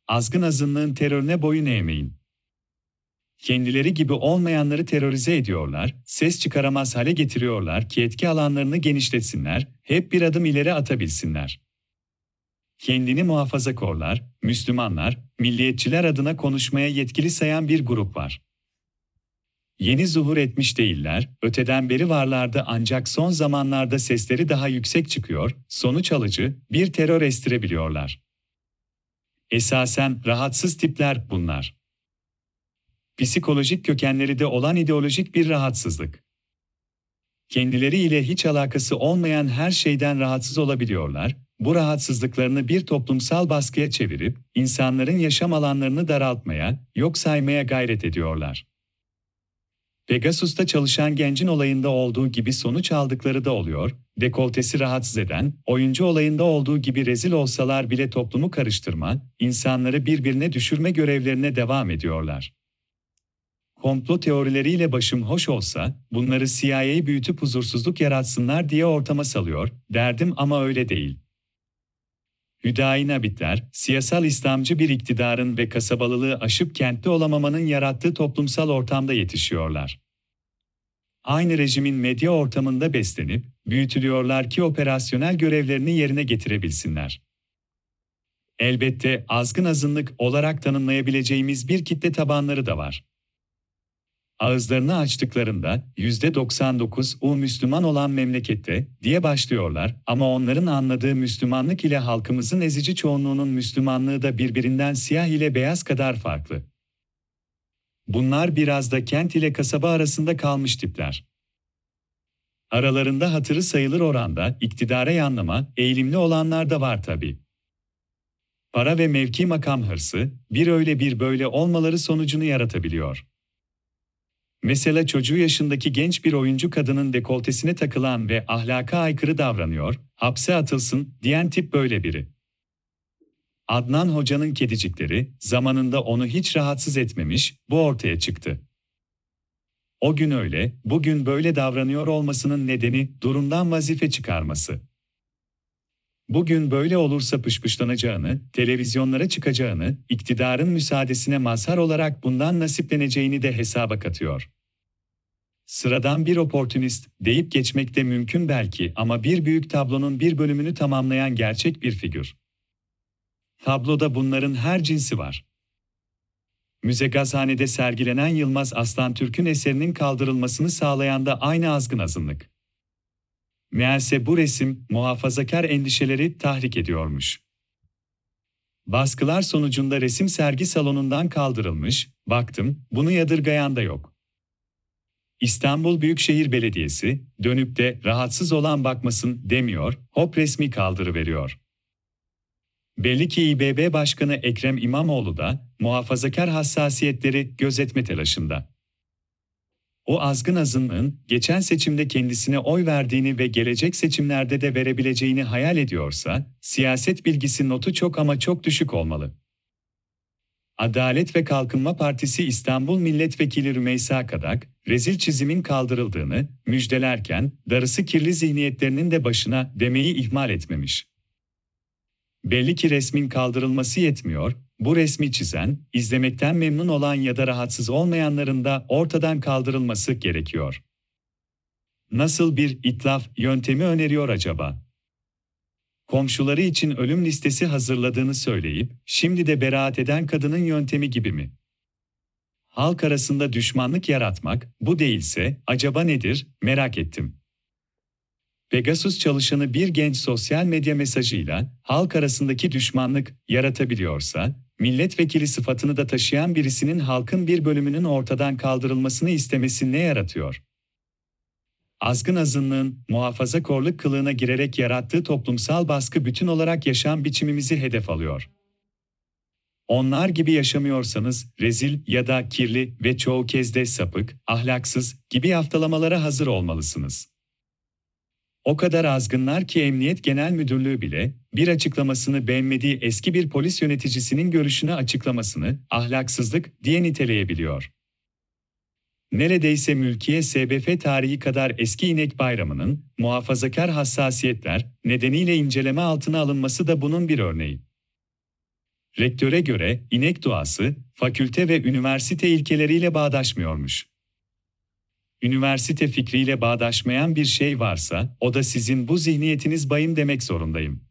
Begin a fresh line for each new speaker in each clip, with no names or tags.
Azgın azınlığın terörüne boyun eğmeyin. Kendileri gibi olmayanları terörize ediyorlar, ses çıkaramaz hale getiriyorlar ki etki alanlarını genişletsinler, hep bir adım ileri atabilsinler. Kendini muhafazakarlar, Müslümanlar, milliyetçiler adına konuşmaya yetkili sayan bir grup var. Yeni zuhur etmiş değiller, öteden beri varlardı ancak son zamanlarda sesleri daha yüksek çıkıyor, sonuç alıcı bir terör estirebiliyorlar. Esasen rahatsız tipler bunlar. Psikolojik kökenleri de olan ideolojik bir rahatsızlık. Kendileriyle hiç alakası olmayan her şeyden rahatsız olabiliyorlar, bu rahatsızlıklarını bir toplumsal baskıya çevirip, insanların yaşam alanlarını daraltmaya, yok saymaya gayret ediyorlar. Pegasus'ta çalışan gencin olayında olduğu gibi sonuç aldıkları da oluyor, dekoltesi rahatsız eden, oyuncu olayında olduğu gibi rezil olsalar bile toplumu karıştırma, insanları birbirine düşürme görevlerine devam ediyorlar. Komplo teorileriyle başım hoş olsa, bunları CIA'yı büyütüp huzursuzluk yaratsınlar diye ortama salıyor, derdim ama öyle değil. Hüdayi Nabitler, siyasal İslamcı bir iktidarın ve kasabalılığı aşıp kentli olamamanın yarattığı toplumsal ortamda yetişiyorlar. Aynı rejimin medya ortamında beslenip, büyütülüyorlar ki operasyonel görevlerini yerine getirebilsinler. Elbette azgın azınlık olarak tanımlayabileceğimiz bir kitle tabanları da var. Ağızlarını açtıklarında %99'u Müslüman olan memlekette diye başlıyorlar ama onların anladığı Müslümanlık ile halkımızın ezici çoğunluğunun Müslümanlığı da birbirinden siyah ile beyaz kadar farklı. Bunlar biraz da kent ile kasaba arasında kalmış tipler. Aralarında hatırı sayılır oranda iktidara yanlama, eğilimli olanlar da var tabii. Para ve mevki makam hırsı, bir öyle bir böyle olmaları sonucunu yaratabiliyor. Mesela çocuğu yaşındaki genç bir oyuncu kadının dekoltesine takılan ve ahlaka aykırı davranıyor, hapse atılsın diyen tip böyle biri. Adnan Hoca'nın kedicikleri zamanında onu hiç rahatsız etmemiş, bu ortaya çıktı. O gün öyle, bugün böyle davranıyor olmasının nedeni durumdan vazife çıkarması. Bugün böyle olursa pışpışlanacağını, televizyonlara çıkacağını, iktidarın müsaadesine mazhar olarak bundan nasipleneceğini de hesaba katıyor. Sıradan bir oportunist deyip geçmek de mümkün belki ama bir büyük tablonun bir bölümünü tamamlayan gerçek bir figür. Tabloda bunların her cinsi var. Müze Gazhane'de sergilenen Yılmaz Aslantürk'ün eserinin kaldırılmasını sağlayan da aynı azgın azınlık. Meğerse bu resim muhafazakar endişeleri tahrik ediyormuş. Baskılar sonucunda resim sergi salonundan kaldırılmış, baktım, bunu yadırgayan da yok. İstanbul Büyükşehir Belediyesi, dönüp de rahatsız olan bakmasın demiyor, hop resmi kaldırıveriyor. Belli ki İBB Başkanı Ekrem İmamoğlu da muhafazakar hassasiyetleri gözetme telaşında. O azgın azınlığın geçen seçimde kendisine oy verdiğini ve gelecek seçimlerde de verebileceğini hayal ediyorsa, siyaset bilgisi notu çok ama çok düşük olmalı. Adalet ve Kalkınma Partisi İstanbul Milletvekili Rümeysa Kadak, rezil çizimin kaldırıldığını müjdelerken, darısı kirli zihniyetlerinin de başına demeyi ihmal etmemiş. Belli ki resmin kaldırılması yetmiyor, bu resmi çizen, izlemekten memnun olan ya da rahatsız olmayanların da ortadan kaldırılması gerekiyor. Nasıl bir itlaf yöntemi öneriyor acaba? Komşuları için ölüm listesi hazırladığını söyleyip, şimdi de beraat eden kadının yöntemi gibi mi? Halk arasında düşmanlık yaratmak, bu değilse, acaba nedir, merak ettim. Pegasus çalışanı bir genç sosyal medya mesajıyla halk arasındaki düşmanlık yaratabiliyorsa, milletvekili sıfatını da taşıyan birisinin halkın bir bölümünün ortadan kaldırılmasını istemesi ne yaratıyor? Azgın azınlığın muhafazakorluk kılığına girerek yarattığı toplumsal baskı bütün olarak yaşam biçimimizi hedef alıyor. Onlar gibi yaşamıyorsanız rezil ya da kirli ve çoğu kez de sapık, ahlaksız gibi haftalamalara hazır olmalısınız. O kadar azgınlar ki Emniyet Genel Müdürlüğü bile bir açıklamasını beğenmediği eski bir polis yöneticisinin görüşünü açıklamasını ahlaksızlık diye niteleyebiliyor. Neredeyse mülkiye SBF tarihi kadar eski İnek Bayramı'nın muhafazakar hassasiyetler nedeniyle inceleme altına alınması da bunun bir örneği. Rektöre göre inek doğası, fakülte ve üniversite ilkeleriyle bağdaşmıyormuş. Üniversite fikriyle bağdaşmayan bir şey varsa, o da sizin bu zihniyetiniz bayım demek zorundayım.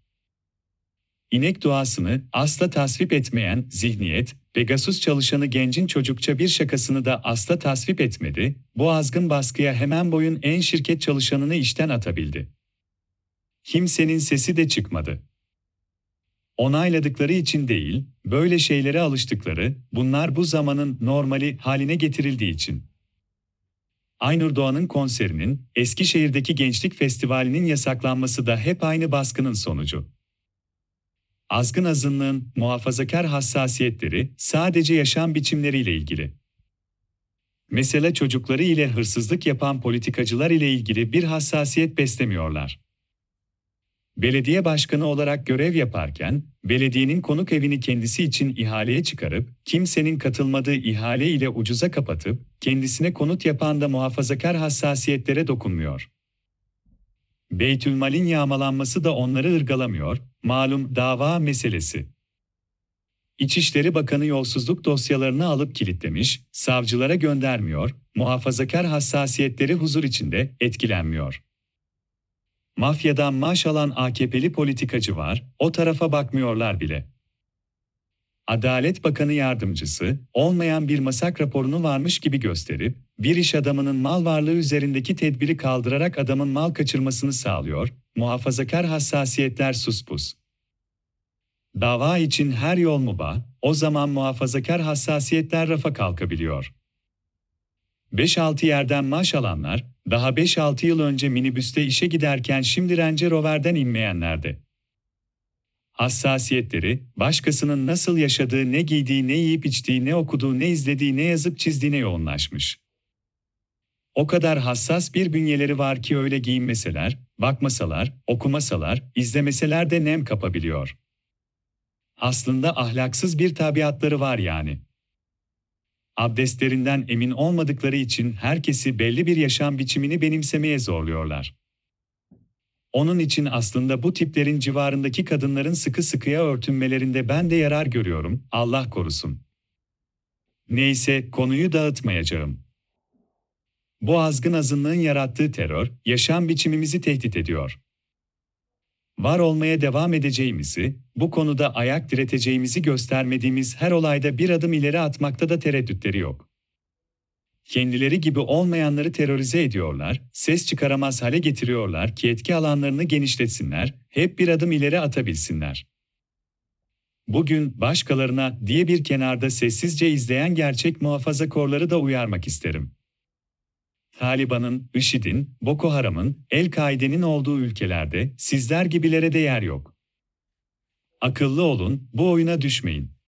İnek doğasını asla tasvip etmeyen zihniyet, Pegasus çalışanı gencin çocukça bir şakasını da asla tasvip etmedi, bu azgın baskıya hemen boyun en şirket çalışanını işten atabildi. Kimsenin sesi de çıkmadı. Onayladıkları için değil, böyle şeylere alıştıkları, bunlar bu zamanın normali haline getirildiği için. Aynur Doğan'ın konserinin, Eskişehir'deki Gençlik Festivali'nin yasaklanması da hep aynı baskının sonucu. Azgın azınlığın muhafazakar hassasiyetleri sadece yaşam biçimleriyle ilgili. Mesela çocukları ile hırsızlık yapan politikacılar ile ilgili bir hassasiyet beslemiyorlar. Belediye başkanı olarak görev yaparken, belediyenin konuk evini kendisi için ihaleye çıkarıp, kimsenin katılmadığı ihale ile ucuza kapatıp, kendisine konut yapan da muhafazakar hassasiyetlere dokunmuyor. Beytülmal'in yağmalanması da onları ırgalamıyor, malum dava meselesi. İçişleri Bakanı yolsuzluk dosyalarını alıp kilitlemiş, savcılara göndermiyor, muhafazakar hassasiyetleri huzur içinde etkilenmiyor. Mafyadan maaş alan AKP'li politikacı var, o tarafa bakmıyorlar bile. Adalet Bakanı yardımcısı, olmayan bir masak raporunu varmış gibi gösterip, bir iş adamının mal varlığı üzerindeki tedbiri kaldırarak adamın mal kaçırmasını sağlıyor, muhafazakar hassasiyetler suspus. Dava için her yol mubah, o zaman muhafazakar hassasiyetler rafa kalkabiliyor. 5-6 yerden maaş alanlar, daha 5-6 yıl önce minibüste işe giderken şimdi Range Rover'den inmeyenlerdi. Hassasiyetleri, başkasının nasıl yaşadığı, ne giydiği, ne yiyip içtiği, ne okuduğu, ne izlediği, ne yazıp çizdiğine yoğunlaşmış. O kadar hassas bir bünyeleri var ki öyle giyinmeseler, bakmasalar, okumasalar, izlemeseler de nem kapabiliyor. Aslında ahlaksız bir tabiatları var yani. Abdestlerinden emin olmadıkları için herkesi belli bir yaşam biçimini benimsemeye zorluyorlar. Onun için aslında bu tiplerin civarındaki kadınların sıkı sıkıya örtünmelerinde ben de yarar görüyorum, Allah korusun. Neyse, konuyu dağıtmayacağım. Bu azgın azınlığın yarattığı terör, yaşam biçimimizi tehdit ediyor. Var olmaya devam edeceğimizi, bu konuda ayak direteceğimizi göstermediğimiz her olayda bir adım ileri atmakta da tereddütleri yok. Kendileri gibi olmayanları terörize ediyorlar, ses çıkaramaz hale getiriyorlar ki etki alanlarını genişletsinler, hep bir adım ileri atabilsinler. Bugün başkalarına diye bir kenarda sessizce izleyen gerçek muhafazakorları da uyarmak isterim. Taliban'ın, IŞİD'in, Boko Haram'ın, El-Kaide'nin olduğu ülkelerde sizler gibilere de yer yok. Akıllı olun, bu oyuna düşmeyin.